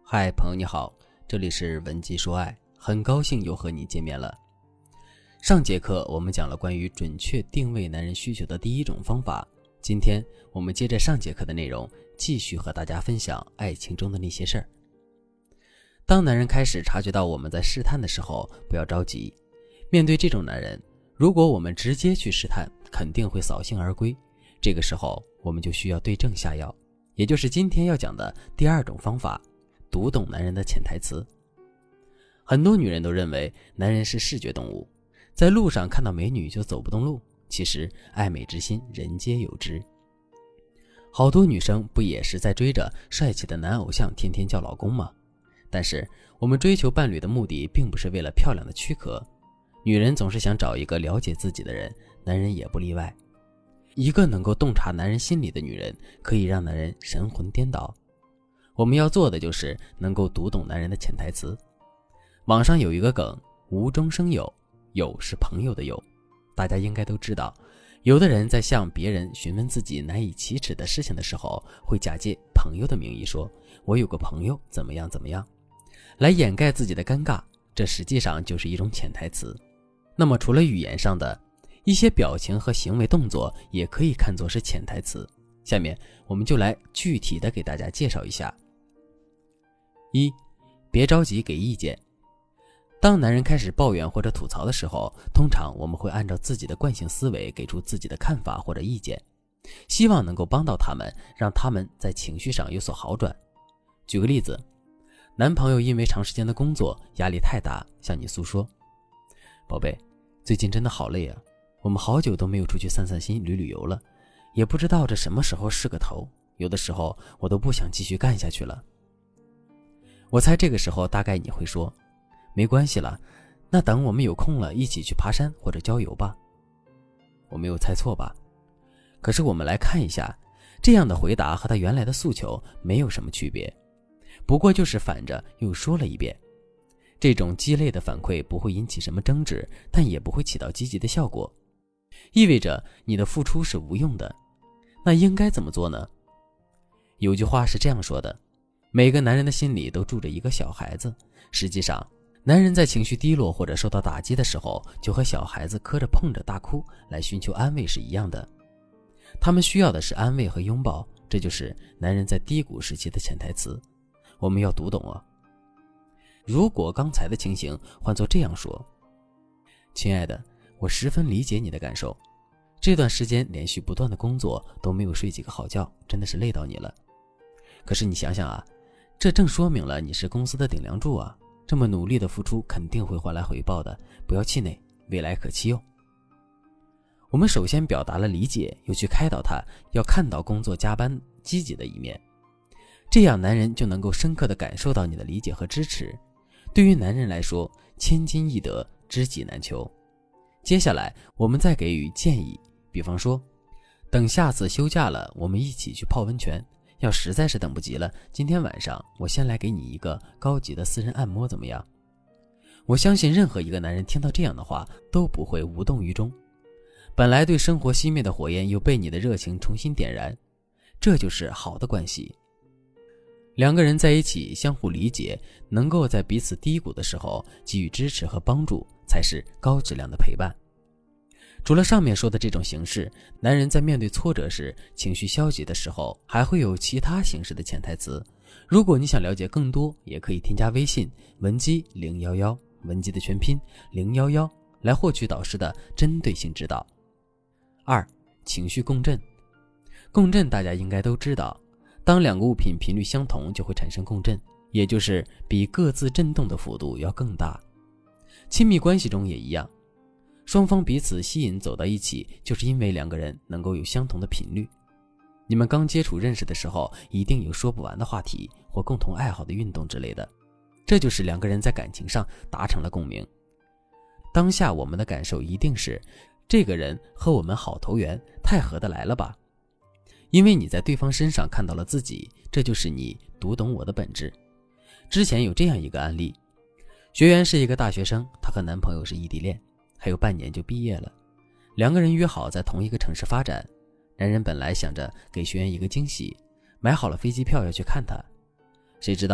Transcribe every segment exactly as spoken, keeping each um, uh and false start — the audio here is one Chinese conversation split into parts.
嗨，朋友你好，这里是文姬说爱，很高兴又和你见面了。上节课我们讲了关于准确定位男人需求的第一种方法，今天我们接着上节课的内容，继续和大家分享爱情中的那些事儿。当男人开始察觉到我们在试探的时候，不要着急。面对这种男人，如果我们直接去试探，肯定会扫兴而归。这个时候我们就需要对症下药，也就是今天要讲的第二种方法，读懂男人的潜台词。很多女人都认为男人是视觉动物，在路上看到美女就走不动路，其实爱美之心人皆有之。好多女生不也是在追着帅气的男偶像天天叫老公吗？但是我们追求伴侣的目的并不是为了漂亮的躯壳，女人总是想找一个了解自己的人，男人也不例外。一个能够洞察男人心理的女人，可以让男人神魂颠倒。我们要做的就是能够读懂男人的潜台词。网上有一个梗，无中生有，有是朋友的有，大家应该都知道。有的人在向别人询问自己难以启齿的事情的时候，会假借朋友的名义说，我有个朋友怎么样怎么样，来掩盖自己的尴尬，这实际上就是一种潜台词。那么除了语言上的一些表情和行为动作，也可以看作是潜台词。下面我们就来具体的给大家介绍一下。一，别着急给意见。当男人开始抱怨或者吐槽的时候，通常我们会按照自己的惯性思维给出自己的看法或者意见，希望能够帮到他们，让他们在情绪上有所好转。举个例子，男朋友因为长时间的工作压力太大，向你诉说，宝贝，最近真的好累啊，我们好久都没有出去散散心旅旅游了，也不知道这什么时候是个头，有的时候我都不想继续干下去了。我猜这个时候大概你会说，没关系了，那等我们有空了一起去爬山或者郊游吧。我没有猜错吧？可是我们来看一下，这样的回答和他原来的诉求没有什么区别，不过就是反着又说了一遍。这种鸡肋的反馈不会引起什么争执，但也不会起到积极的效果，意味着你的付出是无用的。那应该怎么做呢？有句话是这样说的，每个男人的心里都住着一个小孩子，实际上男人在情绪低落或者受到打击的时候，就和小孩子磕着碰着大哭来寻求安慰是一样的。他们需要的是安慰和拥抱，这就是男人在低谷时期的潜台词，我们要读懂啊。如果刚才的情形换作这样说，亲爱的，我十分理解你的感受，这段时间连续不断的工作都没有睡几个好觉，真的是累到你了。可是你想想啊，这正说明了你是公司的顶梁柱啊，这么努力的付出肯定会换来回报的，不要气馁，未来可期哦。我们首先表达了理解，又去开导他要看到工作加班积极的一面，这样男人就能够深刻地感受到你的理解和支持。对于男人来说，千金易得，知己难求。接下来我们再给予建议，比方说，等下次休假了，我们一起去泡温泉，要实在是等不及了，今天晚上我先来给你一个高级的私人按摩怎么样？我相信任何一个男人听到这样的话都不会无动于衷，本来对生活熄灭的火焰又被你的热情重新点燃，这就是好的关系。两个人在一起相互理解，能够在彼此低谷的时候给予支持和帮助，才是高质量的陪伴。除了上面说的这种形式，男人在面对挫折时情绪消极的时候，还会有其他形式的潜台词。如果你想了解更多，也可以添加微信文姬零一一，文姬的全拼零一一，来获取导师的针对性指导。二，情绪共振。共振大家应该都知道，当两个物品频率相同就会产生共振，也就是比各自振动的幅度要更大。亲密关系中也一样，双方彼此吸引走到一起，就是因为两个人能够有相同的频率。你们刚接触认识的时候，一定有说不完的话题或共同爱好的运动之类的，这就是两个人在感情上达成了共鸣。当下我们的感受一定是，这个人和我们好投缘，太合得来了吧？因为你在对方身上看到了自己，这就是你读懂我的本质。之前有这样一个案例，学员是一个大学生，她和男朋友是异地恋，还有半年就毕业了，两个人约好在同一个城市发展。男人本来想着给学员一个惊喜，买好了飞机票要去看她，谁知道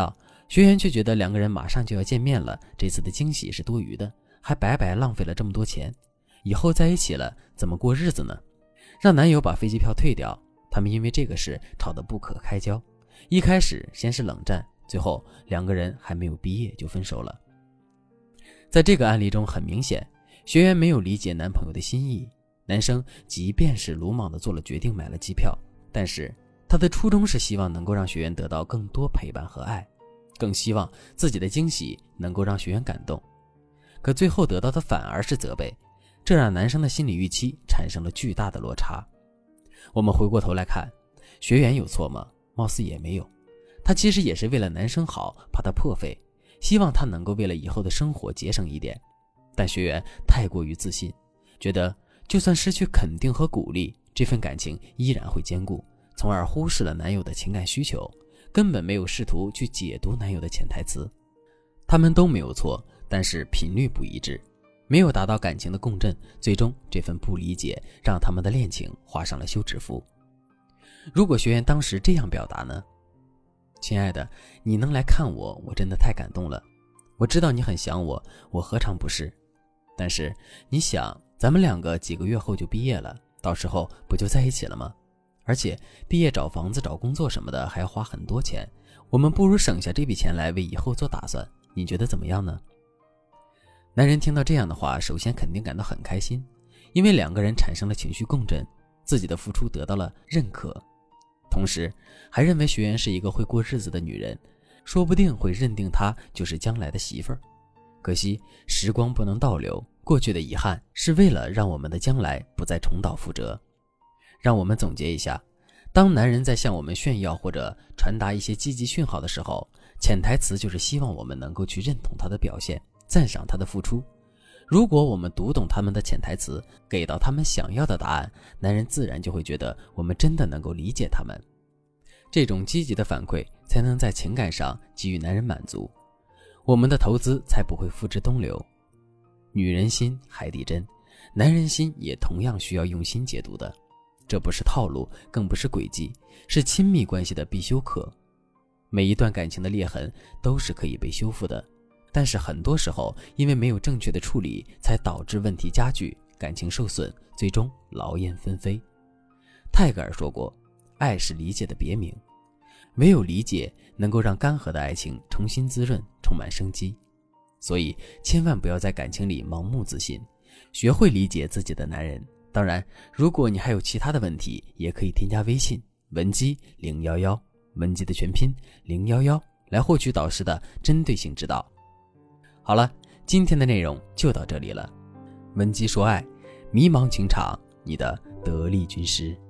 学员却觉得两个人马上就要见面了，这次的惊喜是多余的，还白白浪费了这么多钱，以后在一起了怎么过日子呢？让男友把飞机票退掉，他们因为这个事吵得不可开交。一开始先是冷战，最后两个人还没有毕业就分手了。在这个案例中，很明显学员没有理解男朋友的心意，男生即便是鲁莽地做了决定买了机票，但是他的初衷是希望能够让学员得到更多陪伴和爱，更希望自己的惊喜能够让学员感动，可最后得到的反而是责备，这让男生的心理预期产生了巨大的落差。我们回过头来看，学员有错吗？貌似也没有，他其实也是为了男生好，怕他破费，希望他能够为了以后的生活节省一点。但学员太过于自信，觉得就算失去肯定和鼓励，这份感情依然会坚固，从而忽视了男友的情感需求，根本没有试图去解读男友的潜台词。他们都没有错，但是频率不一致，没有达到感情的共振，最终这份不理解让他们的恋情画上了休止符。如果学员当时这样表达呢？亲爱的，你能来看我，我真的太感动了。我知道你很想我，我何尝不是？但是你想，咱们两个几个月后就毕业了，到时候不就在一起了吗？而且毕业找房子找工作什么的还要花很多钱，我们不如省下这笔钱来为以后做打算，你觉得怎么样呢？男人听到这样的话，首先肯定感到很开心，因为两个人产生了情绪共振，自己的付出得到了认可，同时还认为学员是一个会过日子的女人，说不定会认定她就是将来的媳妇儿。可惜时光不能倒流，过去的遗憾是为了让我们的将来不再重蹈覆辙。让我们总结一下，当男人在向我们炫耀或者传达一些积极讯号的时候，潜台词就是希望我们能够去认同他的表现，赞赏他的付出。如果我们读懂他们的潜台词，给到他们想要的答案，男人自然就会觉得我们真的能够理解他们。这种积极的反馈才能在情感上给予男人满足，我们的投资才不会付之东流。女人心海底针，男人心也同样需要用心解读的。这不是套路，更不是诡计，是亲密关系的必修课。每一段感情的裂痕都是可以被修复的，但是很多时候因为没有正确的处理，才导致问题加剧，感情受损，最终劳燕分飞。泰戈尔说过，爱是理解的别名，唯有理解能够让干涸的爱情重新滋润，充满生机。所以千万不要在感情里盲目自信，学会理解自己的男人。当然，如果你还有其他的问题，也可以添加微信文姬零一一，文姬的全拼零一一，来获取导师的针对性指导。好了，今天的内容就到这里了。文姬说爱，迷茫情场，你的得力军师。